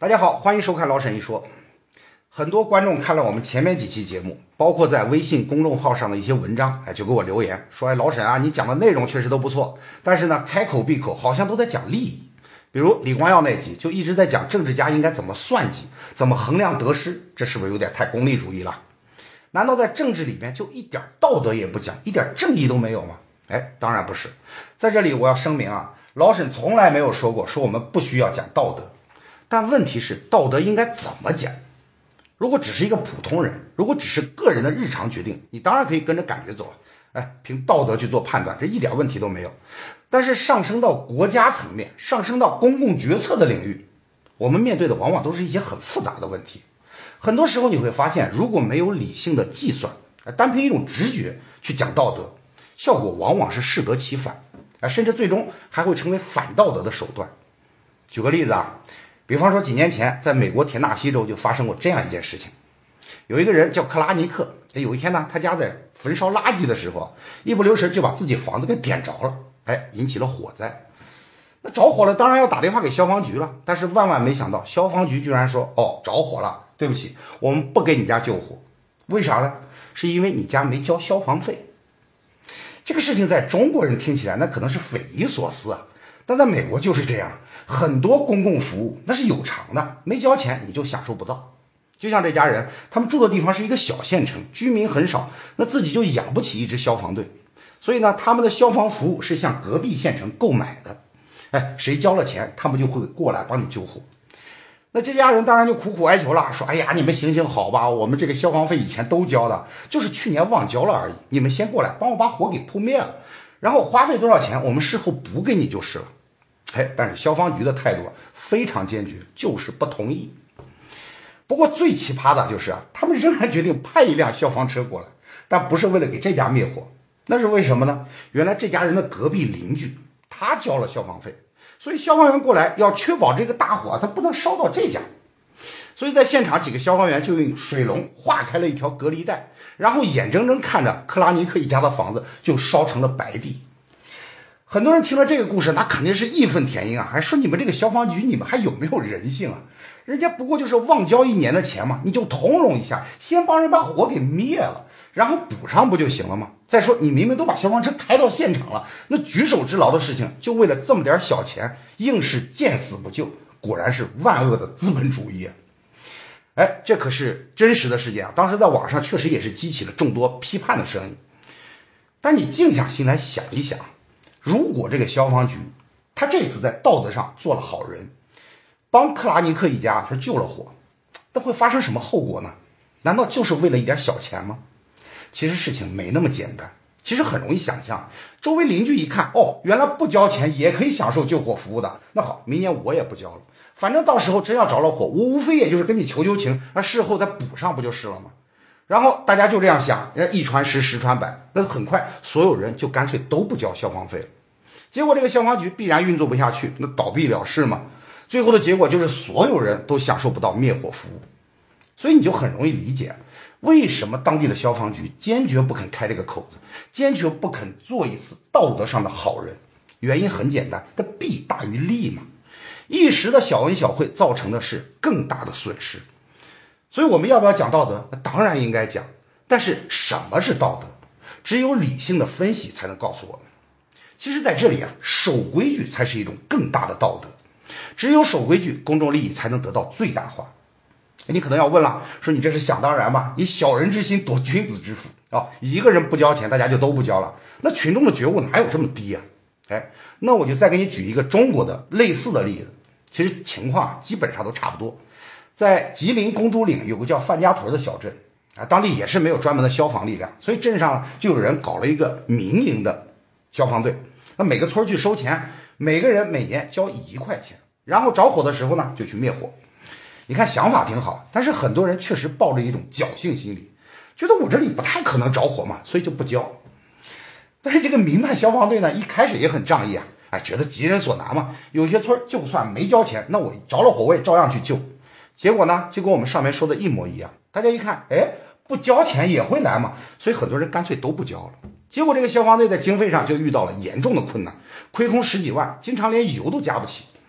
大家好，欢迎收看老沈一说。很多观众看了我们前面几期节目，包括在微信公众号上的一些文章，就给我留言说，老沈啊，你讲的内容确实都不错，但是呢，开口闭口好像都在讲利益。比如李光耀那集就一直在讲政治家应该怎么算计，怎么衡量得失，这是不是有点太功利主义了？难道在政治里面就一点道德也不讲，一点正义都没有吗？当然不是。在这里我要声明啊，老沈从来没有说过我们不需要讲道德，但问题是道德应该怎么讲？如果只是一个普通人，如果只是个人的日常决定，你当然可以跟着感觉走凭道德去做判断，这一点问题都没有。但是上升到国家层面，上升到公共决策的领域，我们面对的往往都是一些很复杂的问题。很多时候你会发现，如果没有理性的计算，单凭一种直觉去讲道德，效果往往是适得其反，甚至最终还会成为反道德的手段。举个例子啊，比方说几年前在美国田纳西州就发生过这样一件事情。有一个人叫克拉尼克，有一天呢，他家在焚烧垃圾的时候，一不留神就把自己房子给点着了，引起了火灾。那着火了当然要打电话给消防局了，但是万万没想到消防局居然说，着火了，对不起，我们不给你家救火。为啥呢？是因为你家没交消防费。这个事情在中国人听起来那可能是匪夷所思啊，但在美国就是这样，很多公共服务那是有偿的，没交钱你就享受不到。就像这家人，他们住的地方是一个小县城，居民很少，那自己就养不起一支消防队，所以呢，他们的消防服务是向隔壁县城购买的。谁交了钱，他们就会过来帮你救火。那这家人当然就苦苦哀求了，说你们行行好吧，我们这个消防费以前都交的，就是去年忘交了而已，你们先过来帮我把火给扑灭了，然后花费多少钱我们事后补给你就是了。但是消防局的态度非常坚决，就是不同意。不过最奇葩的就是他们仍然决定派一辆消防车过来，但不是为了给这家灭火，那是为什么呢？原来这家人的隔壁邻居他交了消防费，所以消防员过来要确保这个大火他不能烧到这家，所以在现场几个消防员就用水龙划开了一条隔离带，然后眼睁睁看着克拉尼克一家的房子就烧成了白地。很多人听了这个故事，那肯定是义愤填膺啊，还说你们这个消防局你们还有没有人性啊？人家不过就是忘交1年的钱嘛，你就通融一下，先帮人把火给灭了，然后补上不就行了吗？再说你明明都把消防车抬到现场了，那举手之劳的事情，就为了这么点小钱，硬是见死不救，果然是万恶的资本主义啊！这可是真实的事件啊，当时在网上确实也是激起了众多批判的声音。但你静下心来想一想，如果这个消防局他这次在道德上做了好人，帮克拉尼克一家他救了火，那会发生什么后果呢？难道就是为了一点小钱吗？其实事情没那么简单，其实很容易想象。周围邻居一看，原来不交钱也可以享受救火服务的，那好，明年我也不交了，反正到时候真要着了火，我无非也就是跟你求求情，事后再补上不就是了吗？然后大家就这样想，一传十，十传百，那很快所有人就干脆都不交消防费了。结果这个消防局必然运作不下去，那倒闭了事嘛。最后的结果就是所有人都享受不到灭火服务。所以你就很容易理解为什么当地的消防局坚决不肯开这个口子，坚决不肯做一次道德上的好人。原因很简单，它弊大于利嘛。一时的小恩小惠造成的是更大的损失。所以我们要不要讲道德？那当然应该讲，但是什么是道德？只有理性的分析才能告诉我们。其实在这里守规矩才是一种更大的道德。只有守规矩，公众利益才能得到最大化。你可能要问了，说你这是想当然吧？以小人之心夺君子之腹一个人不交钱，大家就都不交了，那群众的觉悟哪有这么低啊？那我就再给你举一个中国的类似的例子，其实情况基本上都差不多。在吉林公主岭有个叫范家屯的小镇当地也是没有专门的消防力量，所以镇上就有人搞了一个民营的消防队，那每个村去收钱，每个人每年交1块钱，然后着火的时候呢就去灭火。你看想法挺好，但是很多人确实抱着一种侥幸心理，觉得我这里不太可能着火嘛，所以就不交。但是这个民办消防队呢，一开始也很仗义觉得急人所难嘛，有些村就算没交钱，那我着了火我也照样去救。结果呢就跟我们上面说的一模一样，大家一看不交钱也会来嘛，所以很多人干脆都不交了。结果这个消防队在经费上就遇到了严重的困难，亏空10几万，经常连油都加不起。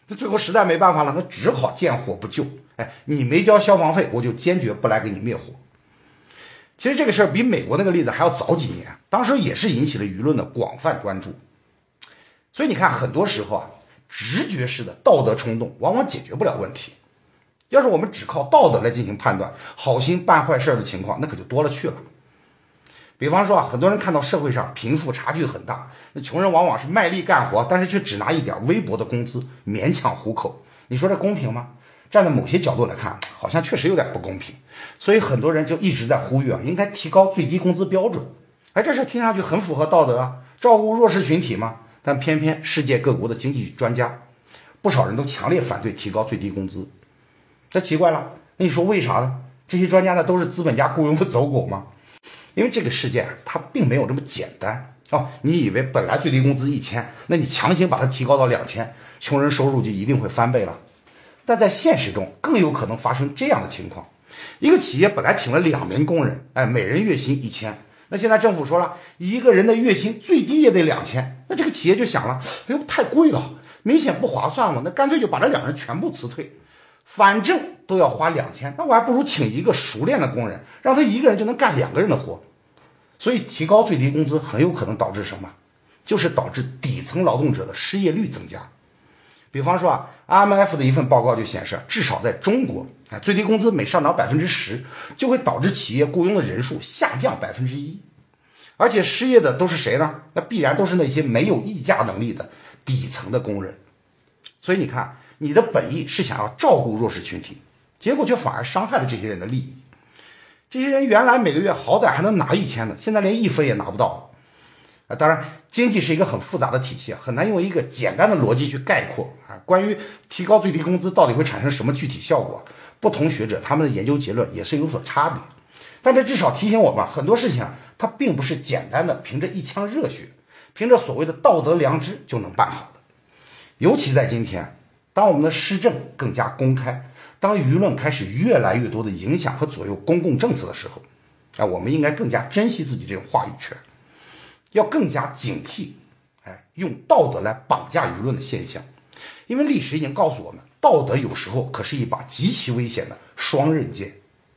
那最后实在没办法了，那只好见火不救。你没交消防费，我就坚决不来给你灭火。其实这个事儿比美国那个例子还要早几年，当时也是引起了舆论的广泛关注。所以你看，很多时候直觉式的道德冲动往往解决不了问题。要是我们只靠道德来进行判断，好心办坏事的情况那可就多了去了。比方说很多人看到社会上贫富差距很大，那穷人往往是卖力干活，但是却只拿一点微薄的工资，勉强糊口。你说这公平吗？站在某些角度来看，好像确实有点不公平。所以很多人就一直在呼吁应该提高最低工资标准。这事听上去很符合道德照顾弱势群体嘛。但偏偏世界各国的经济专家，不少人都强烈反对提高最低工资。这奇怪了，那你说为啥呢？这些专家都是资本家雇佣的走狗吗？因为这个世界它并没有这么简单你以为本来最低工资1000，那你强行把它提高到2000，穷人收入就一定会翻倍了。但在现实中更有可能发生这样的情况，一个企业本来请了2名工人，每人月薪1000，那现在政府说了，一个人的月薪最低也得2000，那这个企业就想了，太贵了，明显不划算嘛，那干脆就把这2人全部辞退，反正都要花2000，那我还不如请一个熟练的工人，让他一个人就能干2个人的活。所以提高最低工资很有可能导致什么？就是导致底层劳动者的失业率增加。比方说IMF 的一份报告就显示，至少在中国最低工资每上涨10%，就会导致企业雇佣的人数下降1%。而且失业的都是谁呢？那必然都是那些没有议价能力的底层的工人。所以你看，你的本意是想要照顾弱势群体，结果却反而伤害了这些人的利益。这些人原来每个月好歹还能拿1000的，现在连1分也拿不到。当然经济是一个很复杂的体系，很难用一个简单的逻辑去概括关于提高最低工资到底会产生什么具体效果，不同学者他们的研究结论也是有所差别。但这至少提醒我们，很多事情它并不是简单的凭着一腔热血，凭着所谓的道德良知就能办好的。尤其在今天，当我们的施政更加公开，当舆论开始越来越多的影响和左右公共政策的时候，我们应该更加珍惜自己这种话语权，要更加警惕用道德来绑架舆论的现象。因为历史已经告诉我们，道德有时候可是一把极其危险的双刃剑。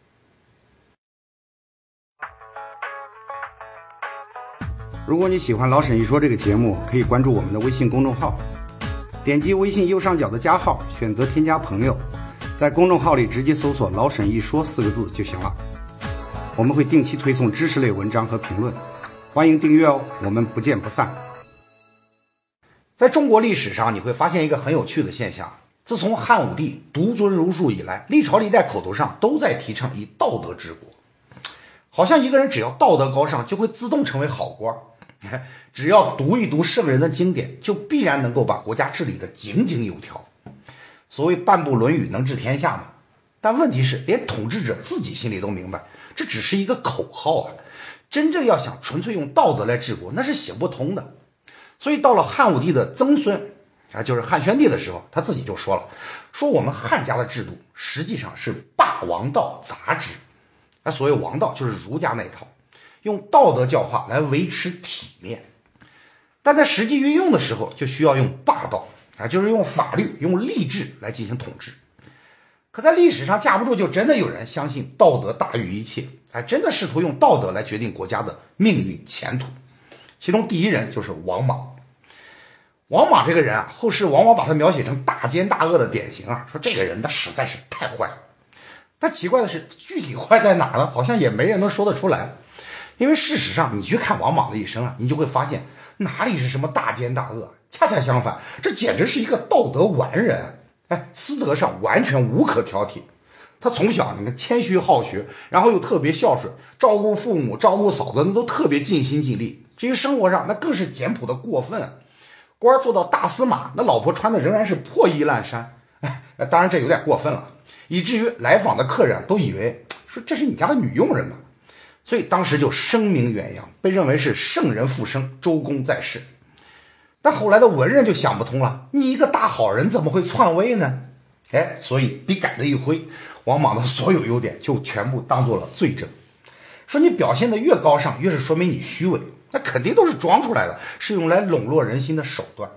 如果你喜欢老沈一说这个节目，可以关注我们的微信公众号，点击微信右上角的加号，选择添加朋友，在公众号里直接搜索老沈一说4个字就行了。我们会定期推送知识类文章和评论，欢迎订阅我们不见不散。在中国历史上，你会发现一个很有趣的现象，自从汉武帝独尊儒术以来，历朝历代口头上都在提倡以道德治国，好像一个人只要道德高尚就会自动成为好官，只要读一读圣人的经典，就必然能够把国家治理得井井有条。所谓半部论语能治天下嘛，但问题是连统治者自己心里都明白，这只是一个口号真正要想纯粹用道德来治国，那是行不通的。所以到了汉武帝的曾孙就是汉宣帝的时候，他自己就说了，说我们汉家的制度实际上是霸王道杂之。所谓王道就是儒家那一套，用道德教化来维持体面，但在实际运用的时候就需要用霸道就是用法律用吏治来进行统治。可在历史上架不住就真的有人相信道德大于一切，真的试图用道德来决定国家的命运前途。其中第一人就是王莽。王莽这个人后世往往把他描写成大奸大恶的典型说这个人他实在是太坏了。但奇怪的是，具体坏在哪呢？好像也没人能说得出来。因为事实上你去看王莽的一生你就会发现哪里是什么大奸大恶，恰恰相反，这简直是一个道德完人。私德上完全无可挑剔。他从小你看谦虚好学，然后又特别孝顺，照顾父母照顾嫂子那都特别尽心尽力。至于生活上那更是简朴的过分，官做到大司马，那老婆穿的仍然是破衣烂衫。当然这有点过分了，以至于来访的客人都以为说这是你家的女佣人嘛。所以当时就声名远扬，被认为是圣人复生，周公在世。但后来的文人就想不通了，你一个大好人怎么会篡位呢？所以笔杆子一挥，王莽的所有优点就全部当做了罪证。说你表现得越高尚，越是说明你虚伪，那肯定都是装出来的，是用来笼络人心的手段。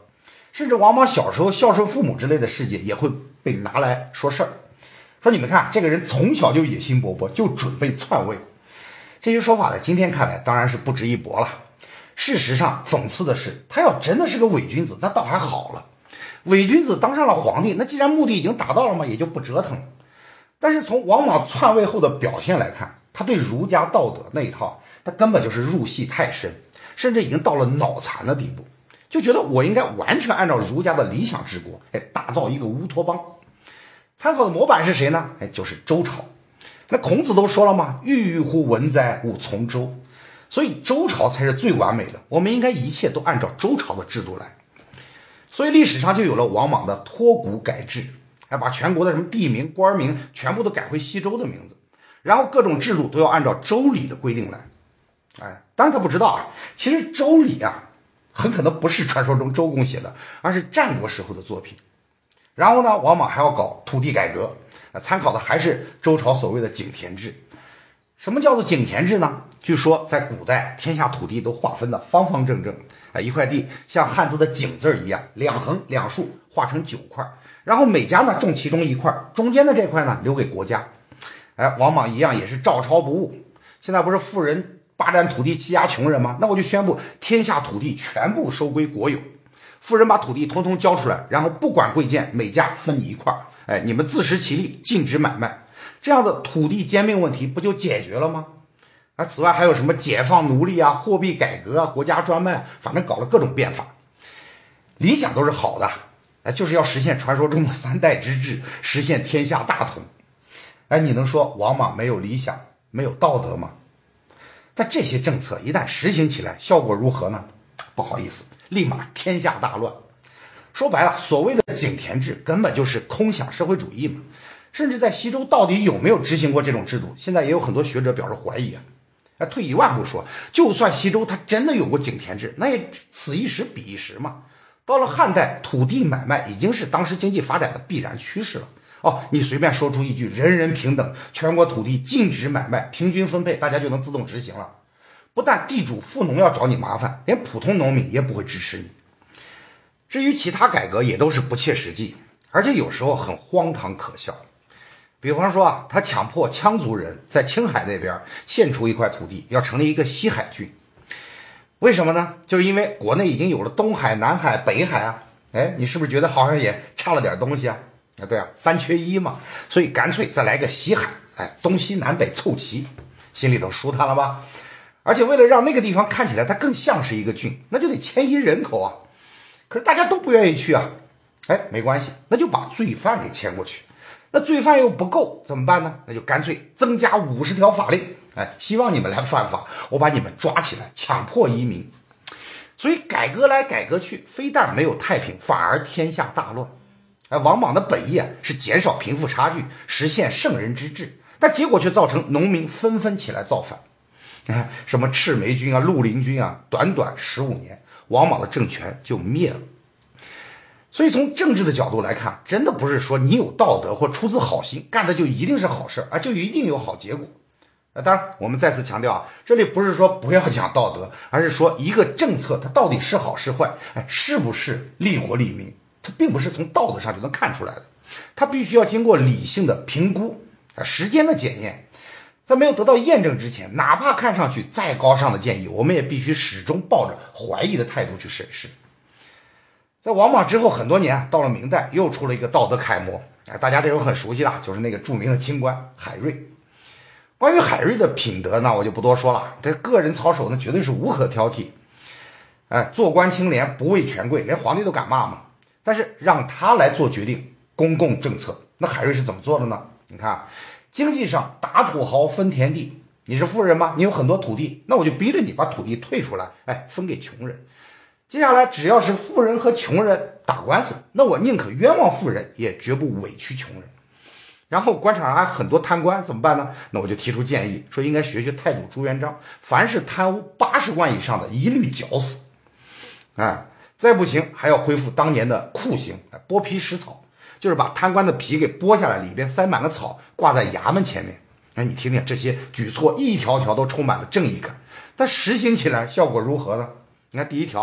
甚至王莽小时候孝顺父母之类的事迹也会被拿来说事儿，说你们看这个人从小就野心勃勃，就准备篡位。这些说法在今天看来当然是不值一驳了。事实上，讽刺的是，他要真的是个伪君子，那倒还好了。伪君子当上了皇帝，那既然目的已经达到了嘛，也就不折腾了。但是从王莽篡位后的表现来看，他对儒家道德那一套，他根本就是入戏太深，甚至已经到了脑残的地步，就觉得我应该完全按照儒家的理想治国，打造一个乌托邦。参考的模板是谁呢？就是周朝。那孔子都说了嘛，郁郁乎文哉，吾从周。所以周朝才是最完美的，我们应该一切都按照周朝的制度来。所以历史上就有了王莽的托古改制，还把全国的什么地名、官名全部都改回西周的名字，然后各种制度都要按照周礼的规定来。当然他不知道啊，其实周礼啊，很可能不是传说中周公写的，而是战国时候的作品。然后呢，王莽还要搞土地改革，参考的还是周朝所谓的井田制。什么叫做井田制呢？据说在古代，天下土地都划分的方方正正，一块地像汉字的井字一样，两横两竖划成9块，然后每家呢种其中一块，中间的这块呢留给国家。王莽一样也是照抄不误。现在不是富人霸占土地欺压穷人吗？那我就宣布天下土地全部收归国有，富人把土地通通交出来，然后不管贵贱，每家分你一块，你们自食其力，禁止买卖。这样的土地兼并问题不就解决了吗？此外还有什么解放奴隶啊、货币改革啊、国家专卖，反正搞了各种变法。理想都是好的，就是要实现传说中的3代之治，实现天下大同。你能说王莽没有理想、没有道德吗？但这些政策一旦实行起来，效果如何呢？不好意思，立马天下大乱。说白了，所谓的井田制根本就是空想社会主义嘛。甚至在西周到底有没有执行过这种制度，现在也有很多学者表示怀疑啊。退一万步说，就算西周他真的有过井田制，那也此一时彼一时嘛。到了汉代，土地买卖已经是当时经济发展的必然趋势了。你随便说出一句人人平等，全国土地禁止买卖，平均分配，大家就能自动执行了。不但地主富农要找你麻烦，连普通农民也不会支持你。至于其他改革也都是不切实际，而且有时候很荒唐可笑。比方说他强迫羌族人在青海那边献出一块土地，要成立一个西海郡。为什么呢？就是因为国内已经有了东海、南海、北海啊。你是不是觉得好像也差了点东西啊？对啊，3缺1嘛，所以干脆再来个西海，东西南北凑齐，心里头舒坦了吧？而且为了让那个地方看起来它更像是一个郡，那就得迁移人口啊。可是大家都不愿意去啊。没关系，那就把罪犯给迁过去。那罪犯又不够怎么办呢？那就干脆增加50条法令，希望你们来犯法，我把你们抓起来，强迫移民。所以改革来改革去，非但没有太平，反而天下大乱。王莽的本意是减少贫富差距，实现圣人之治，但结果却造成农民纷纷起来造反。什么赤眉军啊、绿林军啊，短短15年，王莽的政权就灭了。所以从政治的角度来看，真的不是说你有道德或出自好心干的就一定是好事就一定有好结果。当然我们再次强调这里不是说不要讲道德，而是说一个政策它到底是好是坏，是不是利国利民，它并不是从道德上就能看出来的，它必须要经过理性的评估，时间的检验。在没有得到验证之前，哪怕看上去再高尚的建议，我们也必须始终抱着怀疑的态度去审视。在王莽之后很多年，到了明代又出了一个道德楷模，大家这种很熟悉了，就是那个著名的清官海瑞。关于海瑞的品德呢，我就不多说了，这个人操守呢绝对是无可挑剔。做官清廉，不畏权贵，连皇帝都敢骂嘛。但是让他来做决定公共政策，那海瑞是怎么做的呢？你看，经济上打土豪分田地，你是富人吗？你有很多土地，那我就逼着你把土地退出来，分给穷人。接下来只要是富人和穷人打官司，那我宁可冤枉富人，也绝不委屈穷人。然后官场上还很多贪官怎么办呢？那我就提出建议，说应该学学太祖朱元璋，凡是贪污80万以上的一律绞死。再不行还要恢复当年的酷刑，剥皮食草，就是把贪官的皮给剥下来，里边塞满了草，挂在衙门前面。你听听这些举措，一条条都充满了正义感，但实行起来效果如何呢？你看第一条，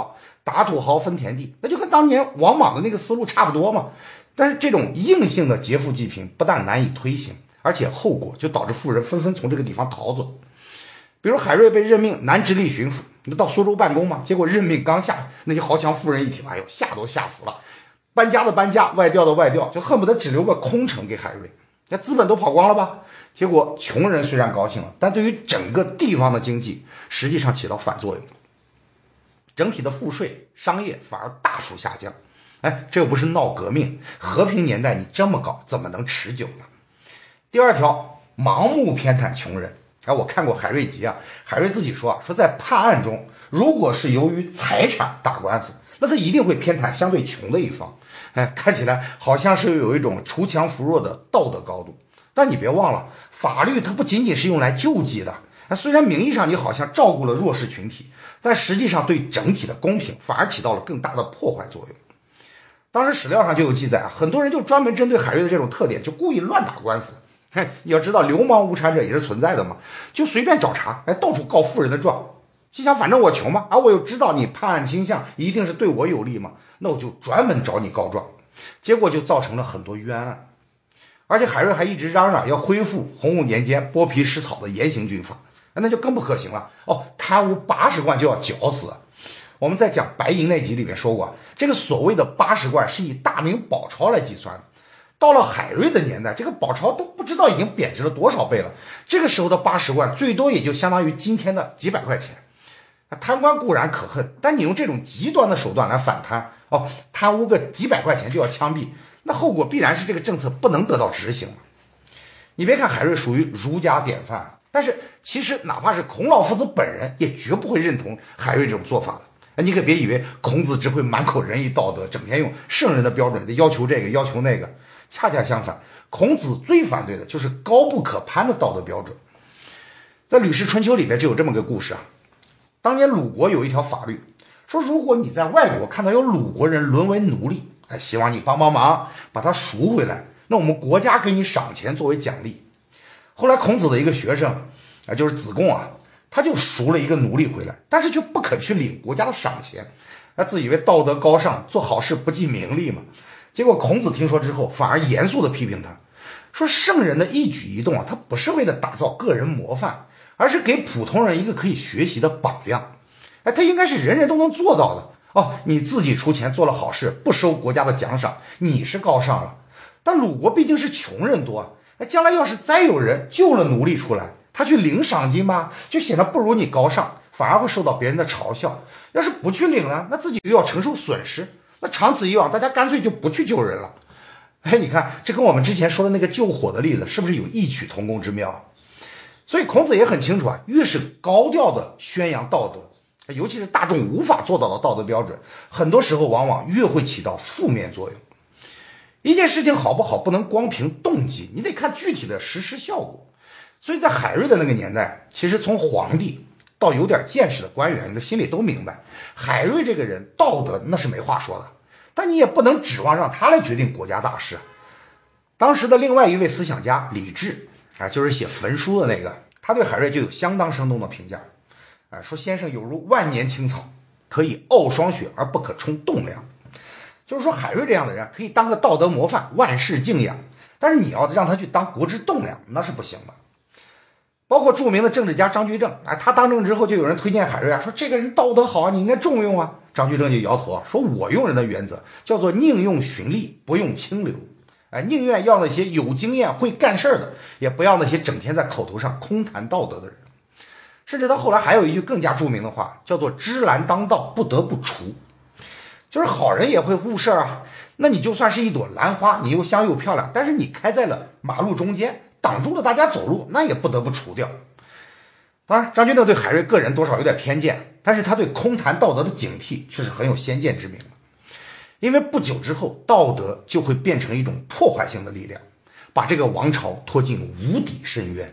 打土豪分田地，那就跟当年王莽的那个思路差不多嘛。但是这种硬性的劫富济贫不但难以推行，而且后果就导致富人纷纷从这个地方逃走。比如海瑞被任命南直隶巡抚，那到苏州办公嘛，结果任命刚下，那些豪强富人一听，哎呦，吓都吓死了，搬家的搬家，外调的外调，就恨不得只留个空城给海瑞。那资本都跑光了吧？结果穷人虽然高兴了，但对于整个地方的经济实际上起到反作用，整体的赋税商业反而大幅下降。这又不是闹革命，和平年代你这么搞怎么能持久呢？第二条，盲目偏袒穷人。我看过海瑞集啊，海瑞自己说在判案中，如果是由于财产打官司，那他一定会偏袒相对穷的一方。看起来好像是有一种锄强扶弱的道德高度，但你别忘了，法律它不仅仅是用来救济的。虽然名义上你好像照顾了弱势群体，但实际上对整体的公平反而起到了更大的破坏作用。当时史料上就有记载很多人就专门针对海瑞的这种特点，就故意乱打官司。你要知道流氓无产者也是存在的嘛，就随便找茬，到处告富人的状，心想反正我穷嘛，我又知道你判案倾向一定是对我有利嘛，那我就专门找你告状，结果就造成了很多冤案。而且海瑞还一直嚷嚷要恢复洪武年间剥皮食草的严刑峻法，那就更不可行了。贪污80贯就要绞死。我们在讲白银那集里面说过，这个所谓的80贯是以大明宝钞来计算的。到了海瑞的年代，这个宝钞都不知道已经贬值了多少倍了。这个时候的80贯最多也就相当于今天的几百块钱。贪官固然可恨，但你用这种极端的手段来反贪，贪污个几百块钱就要枪毙，那后果必然是这个政策不能得到执行。你别看海瑞属于儒家典范，但是其实哪怕是孔老夫子本人也绝不会认同海瑞这种做法的。你可别以为孔子只会满口仁义道德，整天用圣人的标准要求这个要求那个。恰恰相反，孔子最反对的就是高不可攀的道德标准。在《吕氏春秋》里面就有这么个故事当年鲁国有一条法律，说如果你在外国看到有鲁国人沦为奴隶，希望你帮帮忙把他赎回来，那我们国家给你赏钱作为奖励。后来孔子的一个学生就是子贡他就赎了一个奴隶回来，但是就不肯去领国家的赏钱，他自以为道德高尚，做好事不计名利嘛。结果孔子听说之后，反而严肃地批评他，说圣人的一举一动他不是为了打造个人模范，而是给普通人一个可以学习的榜样。他应该是人人都能做到的。你自己出钱做了好事，不收国家的奖赏，你是高尚了。但鲁国毕竟是穷人多，将来要是再有人救了奴隶出来，他去领赏金吧，就显得不如你高尚，反而会受到别人的嘲笑。要是不去领呢，那自己又要承受损失。那长此以往，大家干脆就不去救人了。你看，这跟我们之前说的那个救火的例子是不是有异曲同工之妙？所以孔子也很清楚越是高调的宣扬道德，尤其是大众无法做到的道德标准，很多时候往往越会起到负面作用。一件事情好不好，不能光凭动机，你得看具体的实施效果。所以在海瑞的那个年代，其实从皇帝到有点见识的官员，你的心里都明白，海瑞这个人道德那是没话说的，但你也不能指望让他来决定国家大事。当时的另外一位思想家李治就是写焚书的那个，他对海瑞就有相当生动的评价说先生有如万年青草，可以傲霜雪而不可冲栋梁。就是说海瑞这样的人可以当个道德模范，万世敬仰，但是你要让他去当国之栋梁，那是不行的。包括著名的政治家张居正他当政之后就有人推荐海瑞说这个人道德好你应该重用张居正就摇头说我用人的原则叫做宁用循吏，不用清流。宁愿要那些有经验会干事的，也不要那些整天在口头上空谈道德的人。甚至他后来还有一句更加著名的话，叫做芝兰当道，不得不除。就是好人也会误事那你就算是一朵兰花，你又香又漂亮，但是你开在了马路中间，挡住了大家走路，那也不得不除掉。当然张居正对海瑞个人多少有点偏见，但是他对空谈道德的警惕却是很有先见之明的。因为不久之后，道德就会变成一种破坏性的力量，把这个王朝拖进无底深渊。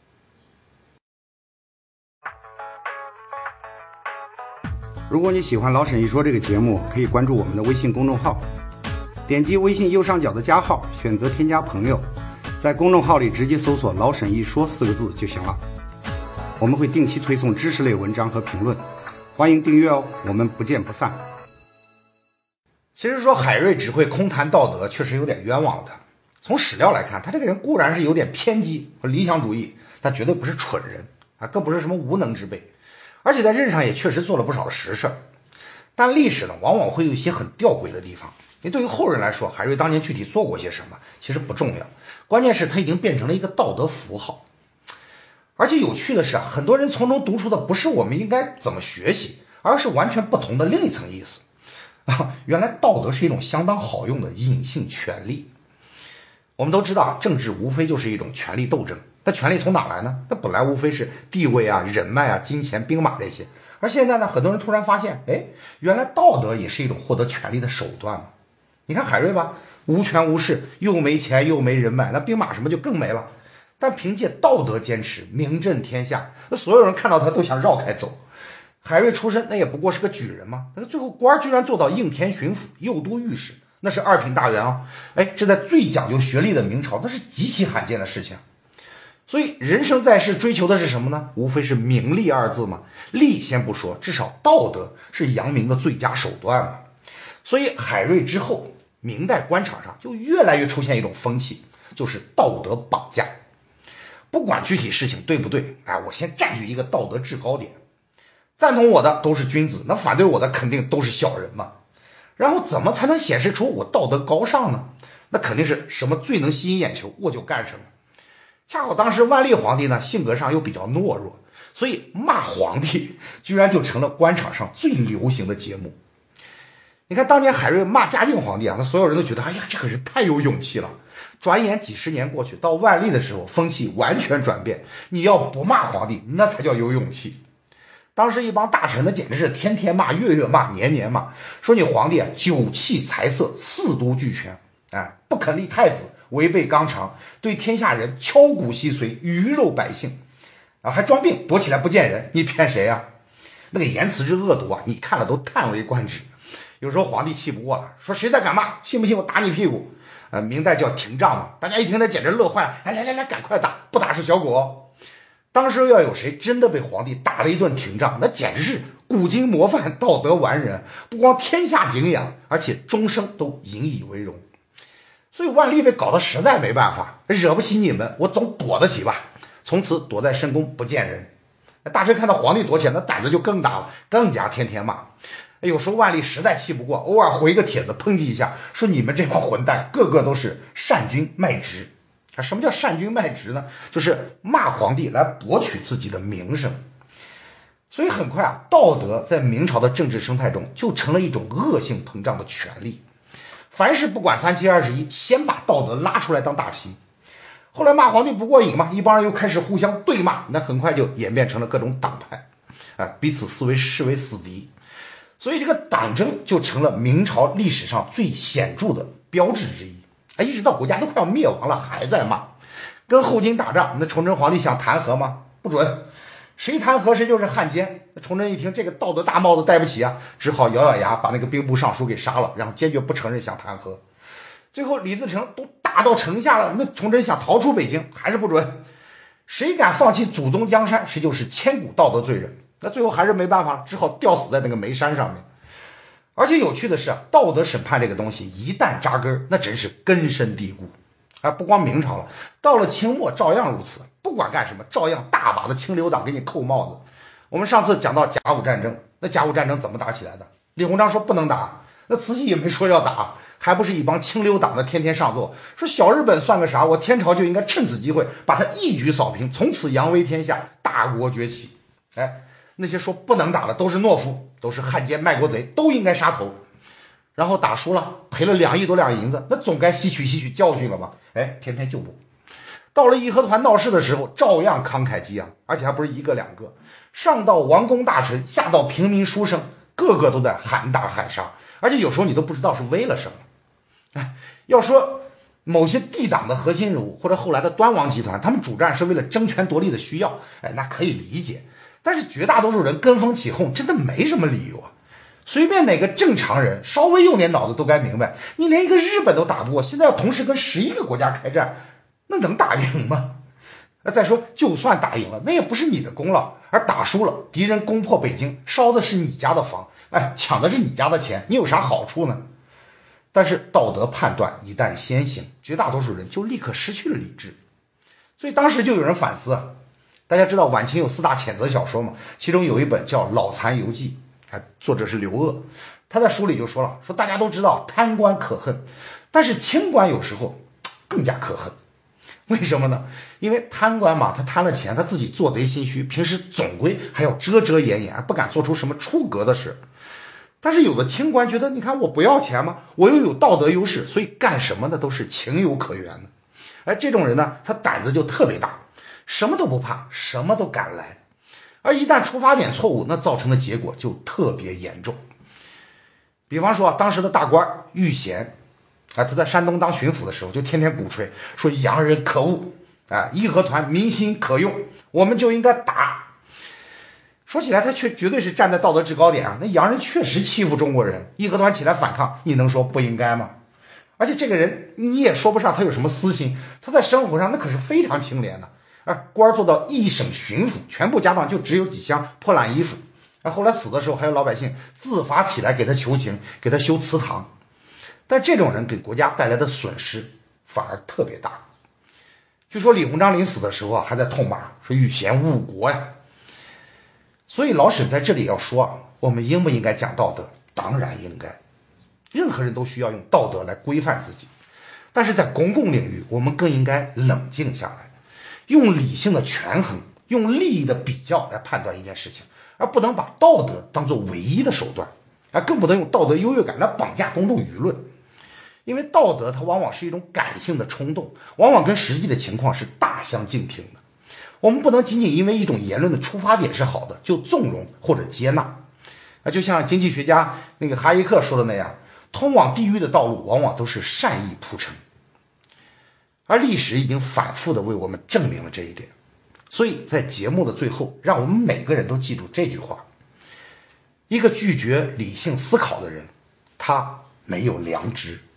如果你喜欢老沈一说这个节目，可以关注我们的微信公众号，点击微信右上角的加号，选择添加朋友，在公众号里直接搜索老沈一说4个字就行了。我们会定期推送知识类文章和评论，欢迎订阅我们不见不散。 其实说海瑞只会空谈道德，确实有点冤枉了他。从史料来看，他这个人固然是有点偏激和理想主义，但绝对不是蠢人啊，更不是什么无能之辈，而且在任上也确实做了不少的实事。但历史呢，往往会有一些很吊诡的地方。你对于后人来说，海瑞当年具体做过些什么，其实不重要，关键是他已经变成了一个道德符号。而且有趣的是啊，很多人从中读出的不是我们应该怎么学习，而是完全不同的另一层意思。原来道德是一种相当好用的隐性权利。我们都知道，政治无非就是一种权力斗争。那权力从哪来呢？那本来无非是地位啊、人脉啊、金钱、兵马这些。而现在呢，很多人突然发现，原来道德也是一种获得权力的手段嘛。你看海瑞吧，无权无势，又没钱又没人脉，那兵马什么就更没了。但凭借道德坚持，名震天下，那所有人看到他都想绕开走。海瑞出身那也不过是个举人嘛，最后官居然做到应天巡抚、右都御史，那是二品大员啊！这在最讲究学历的明朝，那是极其罕见的事情。所以人生在世追求的是什么呢？无非是名利二字嘛。利先不说，至少道德是扬名的最佳手段嘛。所以海瑞之后，明代官场上就越来越出现一种风气，就是道德绑架。不管具体事情对不对，我先占据一个道德制高点。赞同我的都是君子，那反对我的肯定都是小人嘛。然后怎么才能显示出我道德高尚呢？那肯定是什么最能吸引眼球我就干什么。恰好当时万历皇帝呢性格上又比较懦弱，所以骂皇帝居然就成了官场上最流行的节目。你看当年海瑞骂嘉靖皇帝啊，那所有人都觉得这个人太有勇气了。转眼几十年过去，到万历的时候风气完全转变，你要不骂皇帝那才叫有勇气。当时一帮大臣呢，简直是天天骂、月月骂、年年骂，说你皇帝酒气财色四都俱全，不肯立太子，违背纲常，对天下人敲骨吸髓，鱼肉百姓，还装病躲起来不见人，你骗谁啊？那个言辞之恶毒啊，你看了都叹为观止。有时候皇帝气不过了，说谁再敢骂，信不信我打你屁股？明代叫廷杖嘛，大家一听他简直乐坏了，来，赶快打，不打是小狗。当时要有谁真的被皇帝打了一顿廷杖，那简直是古今模范、道德完人，不光天下敬仰，而且终生都引以为荣。所以万历被搞得实在没办法，惹不起你们，我总躲得起吧。从此躲在深宫不见人。大臣看到皇帝躲起来，那胆子就更大了，更加天天骂。有时候万历实在气不过，偶尔回个帖子抨击一下，说你们这帮混蛋个个都是擅军卖职。什么叫擅军卖职呢？就是骂皇帝来博取自己的名声。所以很快道德在明朝的政治生态中就成了一种恶性膨胀的权利。凡事不管3721，先把道德拉出来当大旗。后来骂皇帝不过瘾嘛，一帮人又开始互相对骂，那很快就演变成了各种党派，彼此视为死敌。所以这个党争就成了明朝历史上最显著的标志之一。一直到国家都快要灭亡了还在骂。跟后金打仗，那崇祯皇帝想弹劾吗？不准，谁弹劾谁就是汉奸。崇祯一听这个道德大帽子戴不起啊，只好咬咬牙把那个兵部尚书给杀了，然后坚决不承认想弹劾。最后李自成都打到城下了，那崇祯想逃出北京还是不准。谁敢放弃祖宗江山，谁就是千古道德罪人。那最后还是没办法，只好吊死在那个煤山上面。而且有趣的是道德审判这个东西一旦扎根，那真是根深蒂固。不光明朝了，到了清末照样如此，不管干什么照样大把的清流党给你扣帽子。我们上次讲到甲午战争，那甲午战争怎么打起来的？李鸿章说不能打，那慈禧也没说要打，还不是一帮清流党的天天上座，说小日本算个啥，我天朝就应该趁此机会把它一举扫平，从此扬威天下，大国崛起。那些说不能打的都是懦夫，都是汉奸卖国贼，都应该杀头。然后打输了，赔了2亿多两银子，那总该吸取教训了吧？偏偏就不。到了义和团闹事的时候，照样慷慨激昂，而且还不是一个两个，上到王公大臣，下到平民书生，个个都在喊打喊杀，而且有时候你都不知道是为了什么。要说某些帝党的核心人物，或者后来的端王集团，他们主战是为了争权夺利的需要，那可以理解。但是绝大多数人跟风起哄，真的没什么理由啊！随便哪个正常人稍微用点脑子都该明白，你连一个日本都打不过，现在要同时跟11个国家开战，那能打赢吗？再说就算打赢了，那也不是你的功劳，而打输了，敌人攻破北京，烧的是你家的房，抢的是你家的钱，你有啥好处呢？ 但是道德判断一旦先行，绝大多数人就立刻失去了理智。所以当时就有人反思啊，大家知道晚清有4大谴责小说嘛，其中有一本叫《老残游记》，作者是刘鹗，他在书里就说了，说大家都知道贪官可恨，但是清官有时候更加可恨。为什么呢？因为贪官嘛，他贪了钱，他自己做贼心虚，平时总归还要遮遮掩掩，不敢做出什么出格的事。但是有的清官觉得，你看我不要钱嘛，我又有道德优势，所以干什么呢都是情有可原的。这种人呢，他胆子就特别大，什么都不怕，什么都敢来。而一旦出发点错误，那造成的结果就特别严重。比方说当时的大官玉贤他在山东当巡抚的时候，就天天鼓吹说洋人可恶义和团民心可用，我们就应该打。说起来他却绝对是站在道德制高点那洋人确实欺负中国人，义和团起来反抗，你能说不应该吗？而且这个人你也说不上他有什么私心，他在生活上那可是非常清廉的。官做到一省巡抚，全部家当就只有几箱破烂衣服。后来死的时候还有老百姓自发起来给他求情，给他修祠堂。但这种人给国家带来的损失反而特别大。据说李鸿章临死的时候还在痛骂说玉贤误国呀。所以老沈在这里要说我们应不应该讲道德？当然应该，任何人都需要用道德来规范自己，但是在公共领域我们更应该冷静下来，用理性的权衡，用利益的比较来判断一件事情，而不能把道德当作唯一的手段，更不能用道德优越感来绑架公众舆论。因为道德它往往是一种感性的冲动，往往跟实际的情况是大相径庭的。我们不能仅仅因为一种言论的出发点是好的就纵容或者接纳。就像经济学家那个哈耶克说的那样，通往地狱的道路往往都是善意铺成。而历史已经反复的为我们证明了这一点。所以在节目的最后，让我们每个人都记住这句话：一个拒绝理性思考的人，他没有良知。